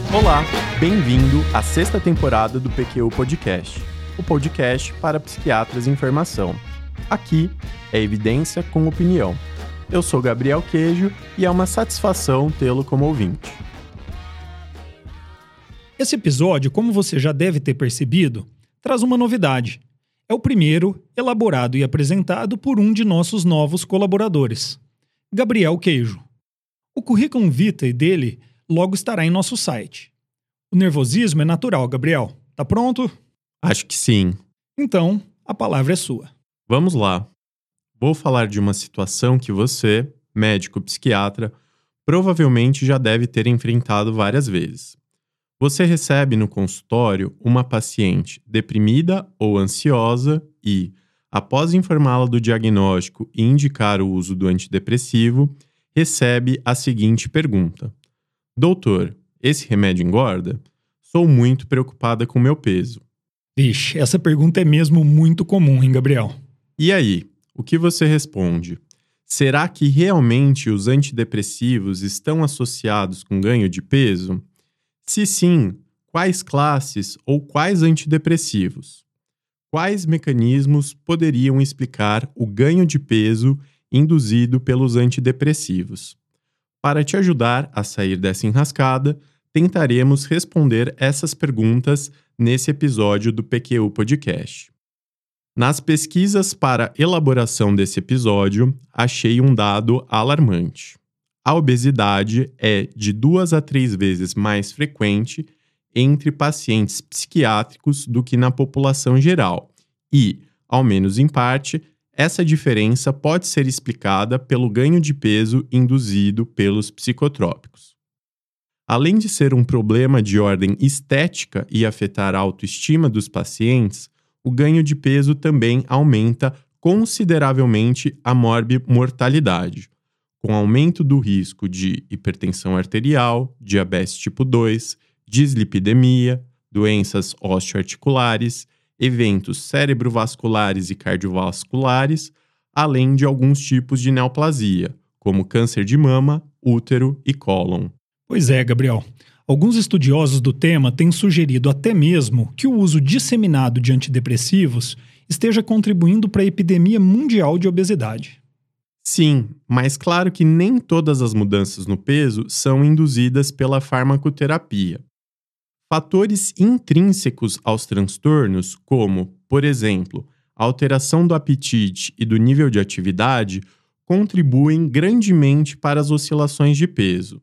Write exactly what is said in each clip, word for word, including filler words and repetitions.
Olá, bem-vindo à sexta temporada do P Q U Podcast, o podcast para psiquiatras em formação. Aqui é evidência com opinião. Eu sou Gabriel Queijo e é uma satisfação tê-lo como ouvinte. Esse episódio, como você já deve ter percebido, traz uma novidade. É o primeiro elaborado e apresentado por um de nossos novos colaboradores, Gabriel Queijo. O currículo vitae dele logo estará em nosso site. O nervosismo é natural, Gabriel. Tá pronto? Acho que sim. Então, a palavra é sua. Vamos lá. Vou falar de uma situação que você, médico psiquiatra, provavelmente já deve ter enfrentado várias vezes. Você recebe no consultório uma paciente deprimida ou ansiosa e, após informá-la do diagnóstico e indicar o uso do antidepressivo, recebe a seguinte pergunta: Doutor, esse remédio engorda? Sou muito preocupada com meu peso. Vixe, essa pergunta é mesmo muito comum, hein, Gabriel? E aí, o que você responde? Será que realmente os antidepressivos estão associados com ganho de peso? Se sim, quais classes ou quais antidepressivos? Quais mecanismos poderiam explicar o ganho de peso induzido pelos antidepressivos? Para te ajudar a sair dessa enrascada, tentaremos responder essas perguntas nesse episódio do P Q U Podcast. Nas pesquisas para elaboração desse episódio, achei um dado alarmante. A obesidade é de duas a três vezes mais frequente entre pacientes psiquiátricos do que na população geral e, ao menos em parte, essa diferença pode ser explicada pelo ganho de peso induzido pelos psicotrópicos. Além de ser um problema de ordem estética e afetar a autoestima dos pacientes, o ganho de peso também aumenta consideravelmente a morbimortalidade, com aumento do risco de hipertensão arterial, diabetes tipo dois, dislipidemia, doenças osteoarticulares, eventos cerebrovasculares e cardiovasculares, além de alguns tipos de neoplasia, como câncer de mama, útero e cólon. Pois é, Gabriel. Alguns estudiosos do tema têm sugerido até mesmo que o uso disseminado de antidepressivos esteja contribuindo para a epidemia mundial de obesidade. Sim, mas claro que nem todas as mudanças no peso são induzidas pela farmacoterapia. Fatores intrínsecos aos transtornos, como, por exemplo, a alteração do apetite e do nível de atividade, contribuem grandemente para as oscilações de peso.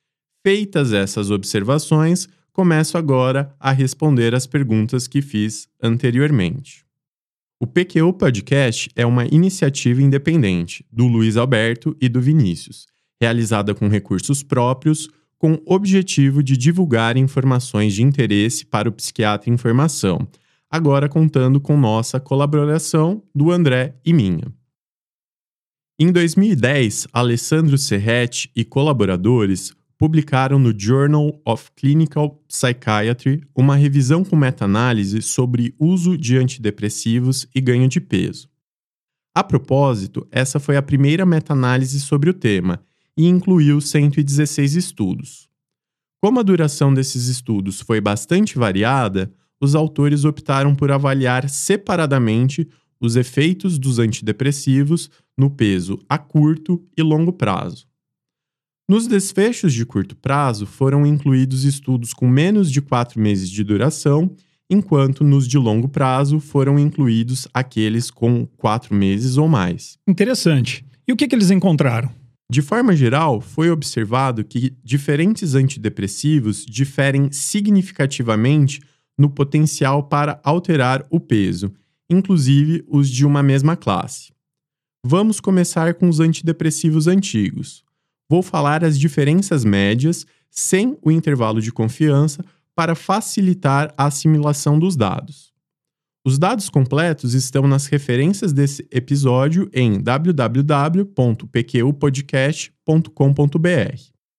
Feitas essas observações, começo agora a responder as perguntas que fiz anteriormente. O P Q U Podcast é uma iniciativa independente do Luiz Alberto e do Vinícius, realizada com recursos próprios, com o objetivo de divulgar informações de interesse para o psiquiatra em formação, agora contando com nossa colaboração do André e minha. Em dois mil e dez, Alessandro Serretti e colaboradores publicaram no Journal of Clinical Psychiatry uma revisão com meta-análise sobre uso de antidepressivos e ganho de peso. A propósito, essa foi a primeira meta-análise sobre o tema e incluiu cento e dezesseis estudos. Como a duração desses estudos foi bastante variada, os autores optaram por avaliar separadamente os efeitos dos antidepressivos no peso a curto e longo prazo. Nos desfechos de curto prazo foram incluídos estudos com menos de quatro meses de duração, enquanto nos de longo prazo foram incluídos aqueles com quatro meses ou mais. Interessante. E o que, que eles encontraram? De forma geral, foi observado que diferentes antidepressivos diferem significativamente no potencial para alterar o peso, inclusive os de uma mesma classe. Vamos começar com os antidepressivos antigos. Vou falar as diferenças médias, sem o intervalo de confiança, para facilitar a assimilação dos dados. Os dados completos estão nas referências desse episódio em w w w ponto p q u podcast ponto com ponto b r.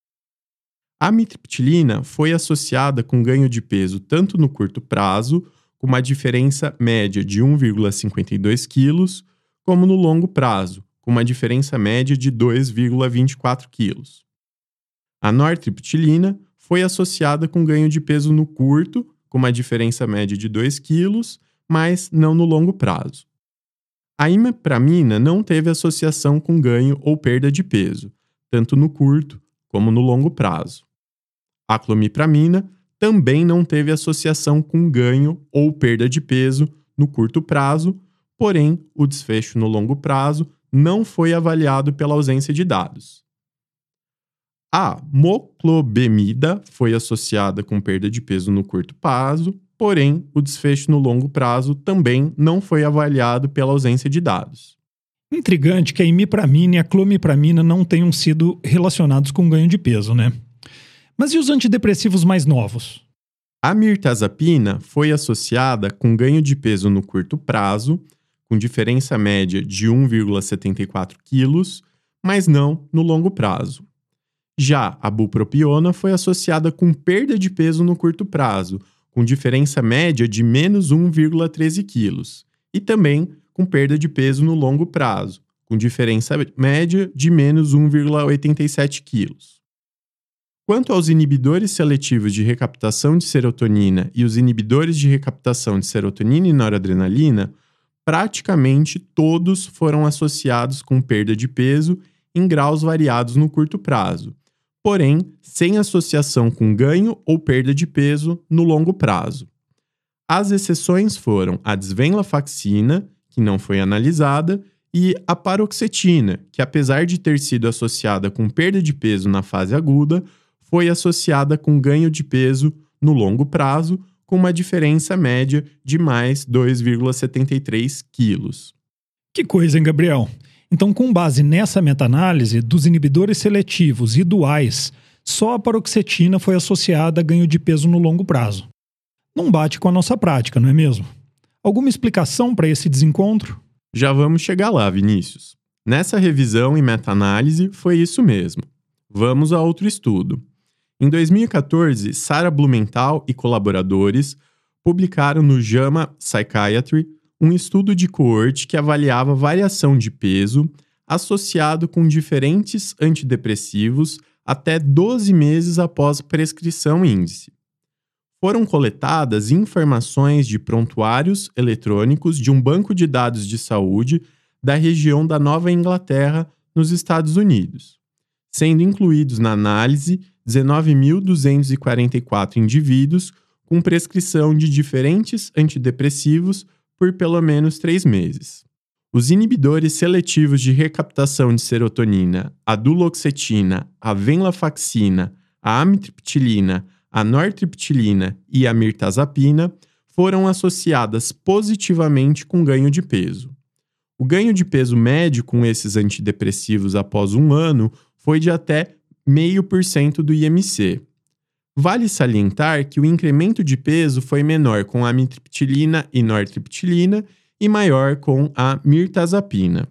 A amitriptilina foi associada com ganho de peso tanto no curto prazo, com uma diferença média de um vírgula cinquenta e dois quilos, como no longo prazo, com uma diferença média de dois vírgula vinte e quatro quilos. A nortriptilina foi associada com ganho de peso no curto, com uma diferença média de dois quilos, mas não no longo prazo. A imipramina não teve associação com ganho ou perda de peso, tanto no curto como no longo prazo. A clomipramina também não teve associação com ganho ou perda de peso no curto prazo, porém, o desfecho no longo prazo não foi avaliado pela ausência de dados. A moclobemida foi associada com perda de peso no curto prazo, porém, o desfecho no longo prazo também não foi avaliado pela ausência de dados. Intrigante que a imipramina e a clomipramina não tenham sido relacionados com ganho de peso, né? Mas e os antidepressivos mais novos? A mirtazapina foi associada com ganho de peso no curto prazo, com diferença média de um vírgula setenta e quatro quilos, mas não no longo prazo. Já a bupropiona foi associada com perda de peso no curto prazo, com diferença média de menos um vírgula treze quilos, e também com perda de peso no longo prazo, com diferença média de menos um vírgula oitenta e sete quilos. Quanto aos inibidores seletivos de recaptação de serotonina e os inibidores de recaptação de serotonina e noradrenalina, praticamente todos foram associados com perda de peso em graus variados no curto prazo, porém sem associação com ganho ou perda de peso no longo prazo. As exceções foram a desvenlafaxina, que não foi analisada, e a paroxetina, que apesar de ter sido associada com perda de peso na fase aguda, foi associada com ganho de peso no longo prazo, com uma diferença média de mais dois vírgula setenta e três quilos. Que coisa, hein, Gabriel? Então, com base nessa meta-análise dos inibidores seletivos e duais, só a paroxetina foi associada a ganho de peso no longo prazo. Não bate com a nossa prática, não é mesmo? Alguma explicação para esse desencontro? Já vamos chegar lá, Vinícius. Nessa revisão e meta-análise foi isso mesmo. Vamos a outro estudo. Em dois mil e quatorze, Sarah Blumenthal e colaboradores publicaram no JAMA Psychiatry um estudo de coorte que avaliava variação de peso associado com diferentes antidepressivos até doze meses após prescrição índice. Foram coletadas informações de prontuários eletrônicos de um banco de dados de saúde da região da Nova Inglaterra, nos Estados Unidos, sendo incluídos na análise dezenove mil duzentos e quarenta e quatro indivíduos com prescrição de diferentes antidepressivos por pelo menos três meses. Os inibidores seletivos de recaptação de serotonina, a duloxetina, a venlafaxina, a amitriptilina, a nortriptilina e a mirtazapina foram associadas positivamente com ganho de peso. O ganho de peso médio com esses antidepressivos após um ano foi de até zero vírgula cinco por cento do I M C. Vale salientar que o incremento de peso foi menor com a amitriptilina e nortriptilina e maior com a mirtazapina.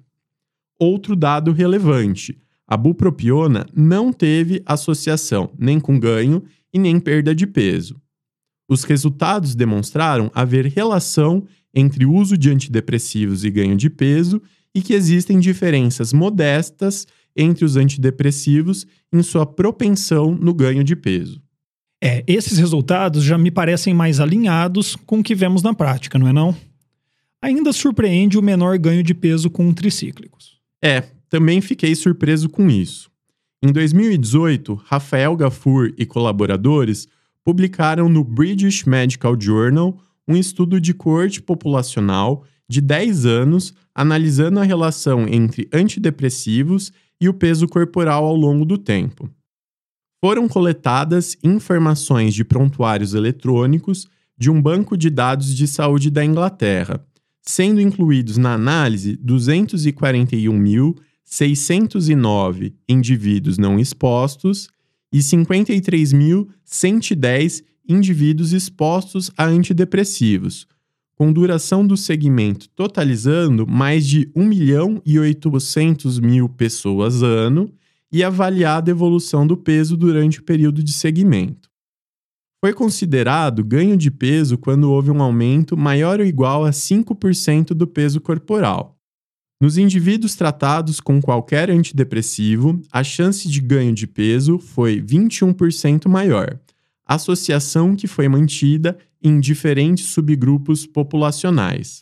Outro dado relevante, a bupropiona não teve associação nem com ganho e nem perda de peso. Os resultados demonstraram haver relação entre o uso de antidepressivos e ganho de peso e que existem diferenças modestas entre os antidepressivos em sua propensão no ganho de peso. É, esses resultados já me parecem mais alinhados com o que vemos na prática, não é não? Ainda surpreende o menor ganho de peso com tricíclicos. É, também fiquei surpreso com isso. Em dois mil e dezoito, Rafael Gafur e colaboradores publicaram no British Medical Journal um estudo de coorte populacional de dez anos analisando a relação entre antidepressivos e o peso corporal ao longo do tempo. Foram coletadas informações de prontuários eletrônicos de um banco de dados de saúde da Inglaterra, sendo incluídos na análise duzentos e quarenta e um mil seiscentos e nove indivíduos não expostos e cinquenta e três mil cento e dez indivíduos expostos a antidepressivos, com duração do segmento totalizando mais de um milhão e oitocentos mil pessoas ano e avaliada a evolução do peso durante o período de segmento. Foi considerado ganho de peso quando houve um aumento maior ou igual a cinco por cento do peso corporal. Nos indivíduos tratados com qualquer antidepressivo, a chance de ganho de peso foi vinte e um por cento maior, associação que foi mantida em diferentes subgrupos populacionais.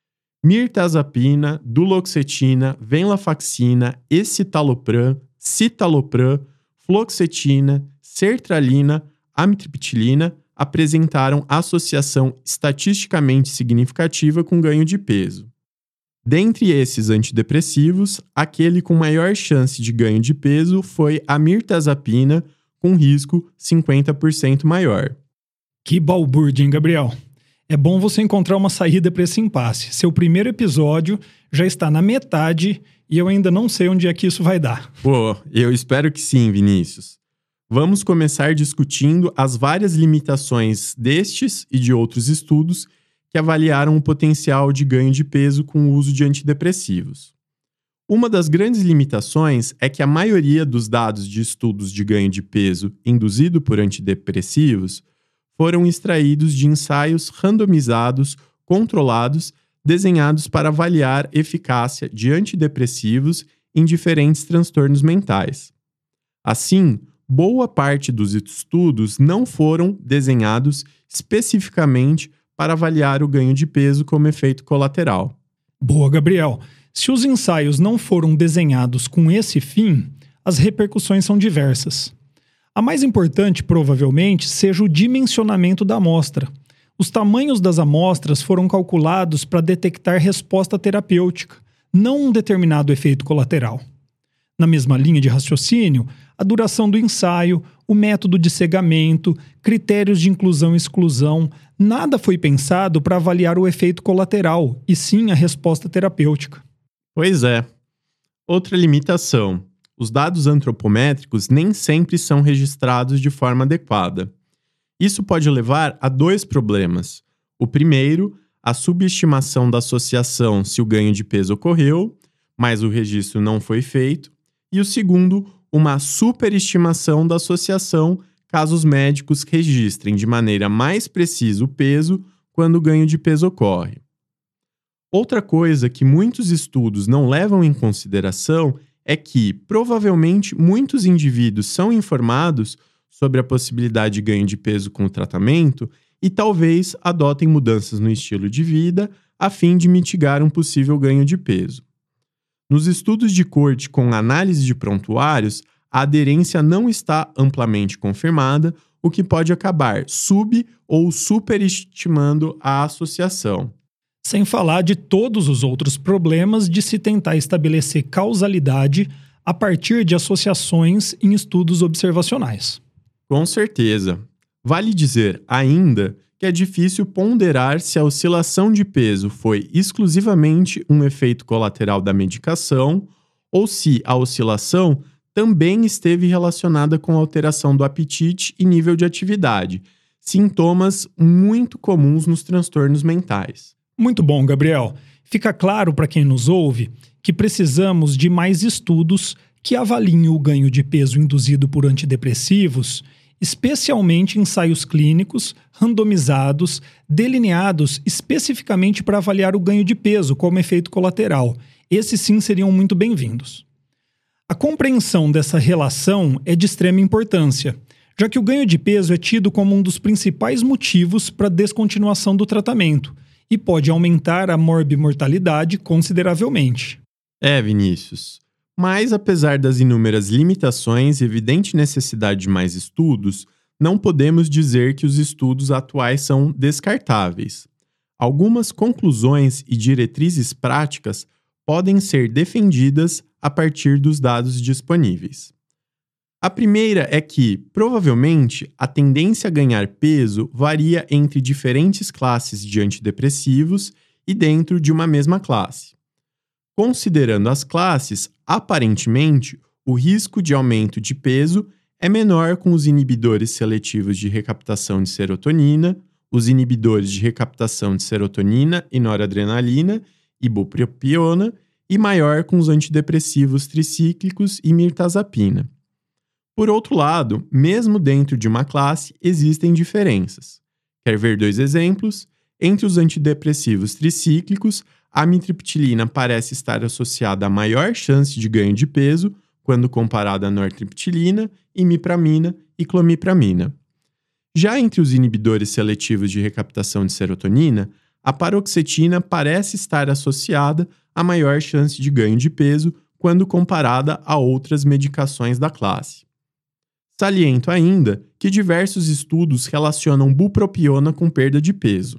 Mirtazapina, duloxetina, venlafaxina, escitalopram, citalopram, fluoxetina, sertralina, amitriptilina apresentaram associação estatisticamente significativa com ganho de peso. Dentre esses antidepressivos, aquele com maior chance de ganho de peso foi a mirtazapina, com risco cinquenta por cento maior. Que balbúrdia, hein, Gabriel? É bom você encontrar uma saída para esse impasse. Seu primeiro episódio já está na metade e eu ainda não sei onde é que isso vai dar. Pô, eu espero que sim, Vinícius. Vamos começar discutindo as várias limitações destes e de outros estudos que avaliaram o potencial de ganho de peso com o uso de antidepressivos. Uma das grandes limitações é que a maioria dos dados de estudos de ganho de peso induzido por antidepressivos foram extraídos de ensaios randomizados, controlados, desenhados para avaliar eficácia de antidepressivos em diferentes transtornos mentais. Assim, boa parte dos estudos não foram desenhados especificamente para avaliar o ganho de peso como efeito colateral. Boa, Gabriel. Se os ensaios não foram desenhados com esse fim, as repercussões são diversas. A mais importante, provavelmente, seja o dimensionamento da amostra. Os tamanhos das amostras foram calculados para detectar resposta terapêutica, não um determinado efeito colateral. Na mesma linha de raciocínio, a duração do ensaio, o método de cegamento, critérios de inclusão e exclusão, nada foi pensado para avaliar o efeito colateral, e sim a resposta terapêutica. Pois é. Outra limitação: os dados antropométricos nem sempre são registrados de forma adequada. Isso pode levar a dois problemas. O primeiro, a subestimação da associação se o ganho de peso ocorreu, mas o registro não foi feito. E o segundo, uma superestimação da associação caso os médicos registrem de maneira mais precisa o peso quando o ganho de peso ocorre. Outra coisa que muitos estudos não levam em consideração é que, provavelmente, muitos indivíduos são informados sobre a possibilidade de ganho de peso com o tratamento e talvez adotem mudanças no estilo de vida a fim de mitigar um possível ganho de peso. Nos estudos de corte com análise de prontuários, a aderência não está amplamente confirmada, o que pode acabar sub- ou superestimando a associação. Sem falar de todos os outros problemas de se tentar estabelecer causalidade a partir de associações em estudos observacionais. Com certeza. Vale dizer ainda que é difícil ponderar se a oscilação de peso foi exclusivamente um efeito colateral da medicação ou se a oscilação também esteve relacionada com a alteração do apetite e nível de atividade, sintomas muito comuns nos transtornos mentais. Muito bom, Gabriel. Fica claro para quem nos ouve que precisamos de mais estudos que avaliem o ganho de peso induzido por antidepressivos, especialmente ensaios clínicos, randomizados, delineados especificamente para avaliar o ganho de peso como efeito colateral. Esses sim seriam muito bem-vindos. A compreensão dessa relação é de extrema importância, já que o ganho de peso é tido como um dos principais motivos para a descontinuação do tratamento e pode aumentar a morbimortalidade consideravelmente. É, Vinícius. Mas, apesar das inúmeras limitações e evidente necessidade de mais estudos, não podemos dizer que os estudos atuais são descartáveis. Algumas conclusões e diretrizes práticas podem ser defendidas a partir dos dados disponíveis. A primeira é que, provavelmente, a tendência a ganhar peso varia entre diferentes classes de antidepressivos e dentro de uma mesma classe. Considerando as classes, aparentemente, o risco de aumento de peso é menor com os inibidores seletivos de recaptação de serotonina, os inibidores de recaptação de serotonina e noradrenalina e bupropiona, e maior com os antidepressivos tricíclicos e mirtazapina. Por outro lado, mesmo dentro de uma classe, existem diferenças. Quer ver dois exemplos? Entre os antidepressivos tricíclicos, a amitriptilina parece estar associada a maior chance de ganho de peso quando comparada a nortriptilina, imipramina e clomipramina. Já entre os inibidores seletivos de recaptação de serotonina, a paroxetina parece estar associada a maior chance de ganho de peso quando comparada a outras medicações da classe. Saliento ainda que diversos estudos relacionam bupropiona com perda de peso.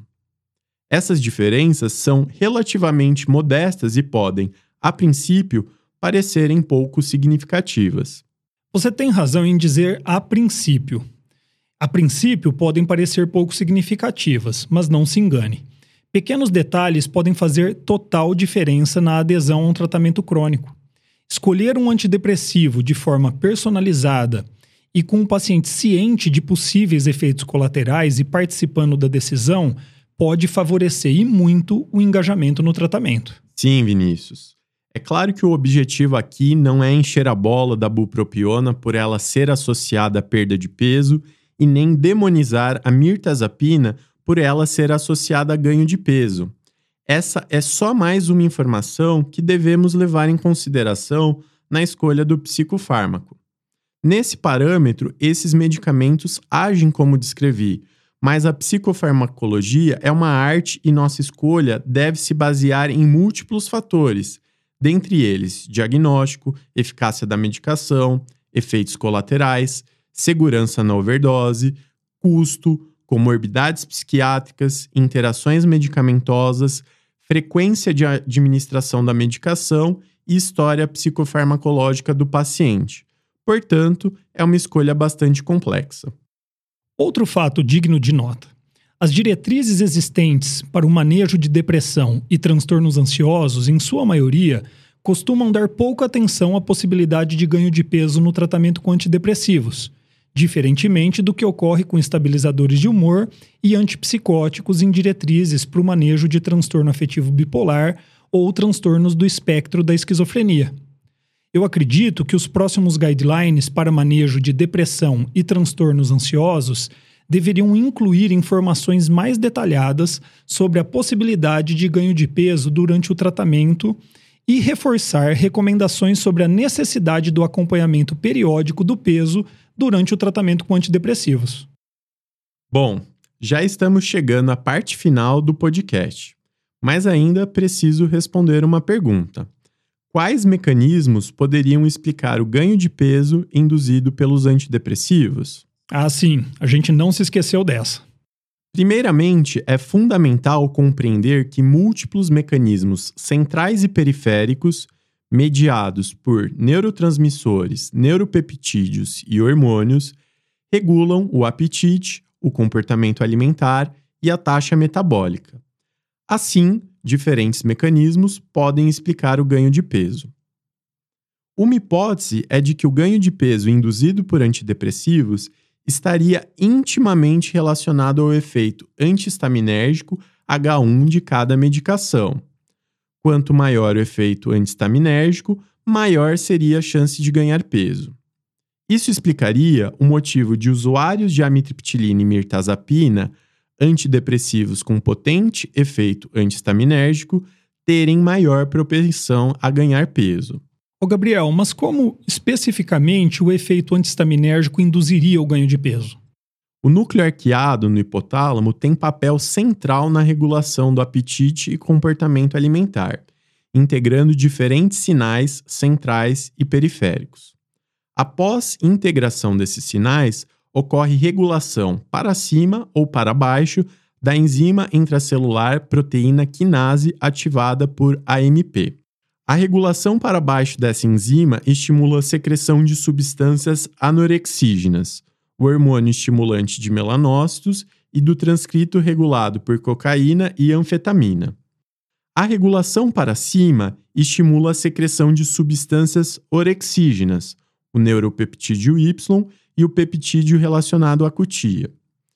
Essas diferenças são relativamente modestas e podem, a princípio, parecerem pouco significativas. Você tem razão em dizer a princípio. A princípio podem parecer pouco significativas, mas não se engane. Pequenos detalhes podem fazer total diferença na adesão a um tratamento crônico. Escolher um antidepressivo de forma personalizada e com um paciente ciente de possíveis efeitos colaterais e participando da decisão pode favorecer e muito o engajamento no tratamento. Sim, Vinícius. É claro que o objetivo aqui não é encher a bola da bupropiona por ela ser associada à perda de peso e nem demonizar a mirtazapina por ela ser associada a ganho de peso. Essa é só mais uma informação que devemos levar em consideração na escolha do psicofármaco. Nesse parâmetro, esses medicamentos agem como descrevi, mas a psicofarmacologia é uma arte e nossa escolha deve se basear em múltiplos fatores, dentre eles diagnóstico, eficácia da medicação, efeitos colaterais, segurança na overdose, custo, comorbidades psiquiátricas, interações medicamentosas, frequência de administração da medicação e história psicofarmacológica do paciente. Portanto, é uma escolha bastante complexa. Outro fato digno de nota. As diretrizes existentes para o manejo de depressão e transtornos ansiosos, em sua maioria, costumam dar pouca atenção à possibilidade de ganho de peso no tratamento com antidepressivos, diferentemente do que ocorre com estabilizadores de humor e antipsicóticos em diretrizes para o manejo de transtorno afetivo bipolar ou transtornos do espectro da esquizofrenia. Eu acredito que os próximos guidelines para manejo de depressão e transtornos ansiosos deveriam incluir informações mais detalhadas sobre a possibilidade de ganho de peso durante o tratamento e reforçar recomendações sobre a necessidade do acompanhamento periódico do peso durante o tratamento com antidepressivos. Bom, já estamos chegando à parte final do podcast, mas ainda preciso responder uma pergunta. Quais mecanismos poderiam explicar o ganho de peso induzido pelos antidepressivos? Ah, sim, a gente não se esqueceu dessa. Primeiramente, é fundamental compreender que múltiplos mecanismos centrais e periféricos, mediados por neurotransmissores, neuropeptídeos e hormônios, regulam o apetite, o comportamento alimentar e a taxa metabólica. Assim, diferentes mecanismos podem explicar o ganho de peso. Uma hipótese é de que o ganho de peso induzido por antidepressivos estaria intimamente relacionado ao efeito antihistaminérgico agá um de cada medicação. Quanto maior o efeito antihistaminérgico, maior seria a chance de ganhar peso. Isso explicaria o motivo de usuários de amitriptilina e mirtazapina, antidepressivos com potente efeito antihistaminérgico, terem maior propensão a ganhar peso. Ô Gabriel, mas como especificamente o efeito antihistaminérgico induziria o ganho de peso? O núcleo arqueado no hipotálamo tem papel central na regulação do apetite e comportamento alimentar, integrando diferentes sinais centrais e periféricos. Após integração desses sinais, ocorre regulação para cima ou para baixo da enzima intracelular proteína quinase ativada por A M P. A regulação para baixo dessa enzima estimula a secreção de substâncias anorexígenas, o hormônio estimulante de melanócitos e do transcrito regulado por cocaína e anfetamina. A regulação para cima estimula a secreção de substâncias orexígenas, o neuropeptídeo Y e o peptídeo relacionado à cutia.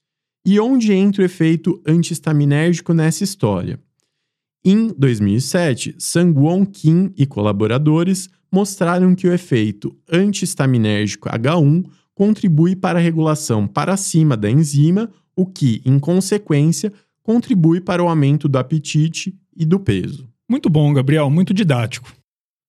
E onde entra o efeito antihistaminérgico nessa história? Em dois mil e sete, Sang-Won Kim e colaboradores mostraram que o efeito antihistaminérgico agá um contribui para a regulação para cima da enzima, o que, em consequência, contribui para o aumento do apetite e do peso. Muito bom, Gabriel, muito didático.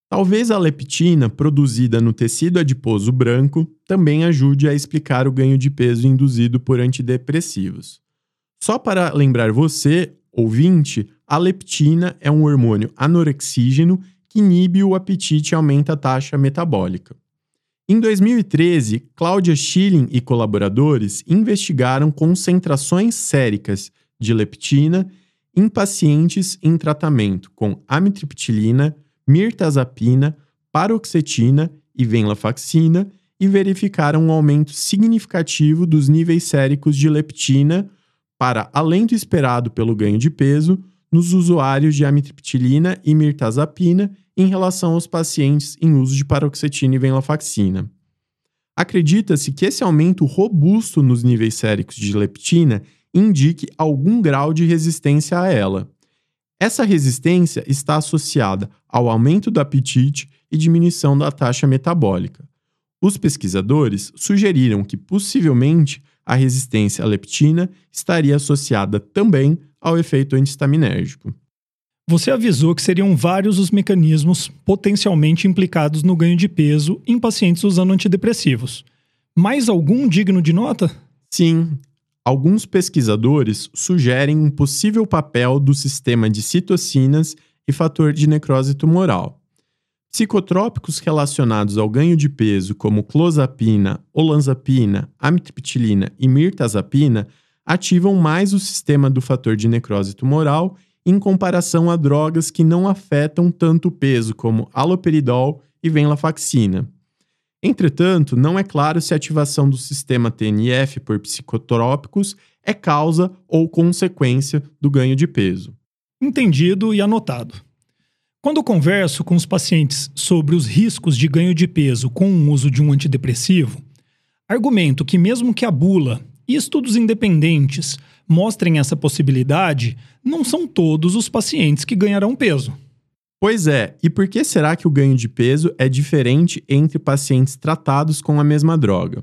Talvez a leptina produzida no tecido adiposo branco também ajude a explicar o ganho de peso induzido por antidepressivos. Só para lembrar você, ouvinte, a leptina é um hormônio anorexígeno que inibe o apetite e aumenta a taxa metabólica. Em dois mil e treze, Claudia Schilling e colaboradores investigaram concentrações séricas de leptina em pacientes em tratamento com amitriptilina, mirtazapina, paroxetina e venlafaxina e verificaram um aumento significativo dos níveis séricos de leptina para além do esperado pelo ganho de peso nos usuários de amitriptilina e mirtazapina em relação aos pacientes em uso de paroxetina e venlafaxina. Acredita-se que esse aumento robusto nos níveis séricos de leptina indique algum grau de resistência a ela. Essa resistência está associada ao aumento do apetite e diminuição da taxa metabólica. Os pesquisadores sugeriram que, possivelmente, a resistência à leptina estaria associada também ao efeito antihistaminérgico. Você avisou que seriam vários os mecanismos potencialmente implicados no ganho de peso em pacientes usando antidepressivos. Mais algum digno de nota? Sim. Alguns pesquisadores sugerem um possível papel do sistema de citocinas e fator de necrose tumoral. Psicotrópicos relacionados ao ganho de peso, como clozapina, olanzapina, amitriptilina e mirtazapina, ativam mais o sistema do fator de necrose tumoral em comparação a drogas que não afetam tanto o peso, como haloperidol e venlafaxina. Entretanto, não é claro se a ativação do sistema T N F por psicotrópicos é causa ou consequência do ganho de peso. Entendido e anotado. Quando converso com os pacientes sobre os riscos de ganho de peso com o uso de um antidepressivo, argumento que mesmo que a bula e estudos independentes mostrem essa possibilidade, não são todos os pacientes que ganharão peso. Pois é, e por que será que o ganho de peso é diferente entre pacientes tratados com a mesma droga?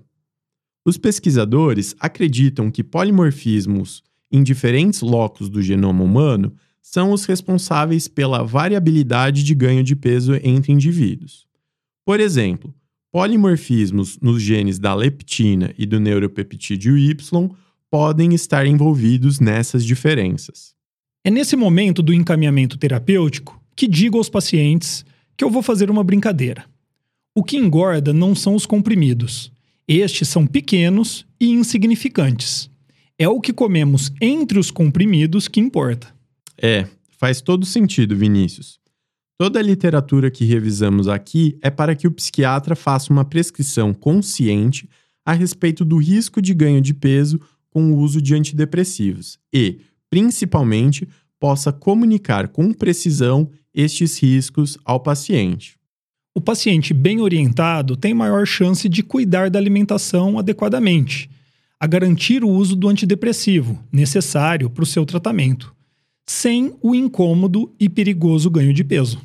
Os pesquisadores acreditam que polimorfismos em diferentes locos do genoma humano são os responsáveis pela variabilidade de ganho de peso entre indivíduos. Por exemplo, polimorfismos nos genes da leptina e do neuropeptídeo Y podem estar envolvidos nessas diferenças. É nesse momento do encaminhamento terapêutico que digo aos pacientes que eu vou fazer uma brincadeira. O que engorda não são os comprimidos. Estes são pequenos e insignificantes. É o que comemos entre os comprimidos que importa. É, faz todo sentido, Vinícius. Toda a literatura que revisamos aqui é para que o psiquiatra faça uma prescrição consciente a respeito do risco de ganho de peso com o uso de antidepressivos e, principalmente, possa comunicar com precisão estes riscos ao paciente. O paciente bem orientado tem maior chance de cuidar da alimentação adequadamente, a garantir o uso do antidepressivo necessário para o seu tratamento, sem o incômodo e perigoso ganho de peso.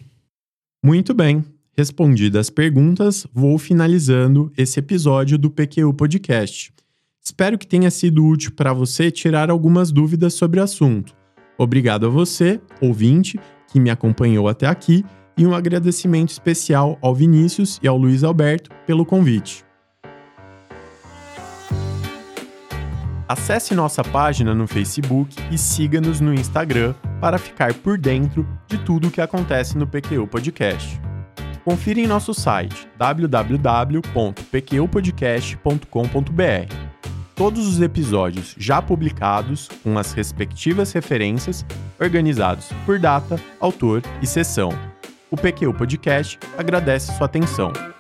Muito bem. Respondidas as perguntas, vou finalizando esse episódio do P Q U Podcast. Espero que tenha sido útil para você tirar algumas dúvidas sobre o assunto. Obrigado a você, ouvinte, que me acompanhou até aqui, e um agradecimento especial ao Vinícius e ao Luiz Alberto pelo convite. Acesse nossa página no Facebook e siga-nos no Instagram para ficar por dentro de tudo o que acontece no P Q U Podcast. Confira em nosso site w w w ponto p q u podcast ponto com ponto b r. Todos os episódios já publicados, com as respectivas referências, organizados por data, autor e sessão. O P Q U Podcast agradece sua atenção.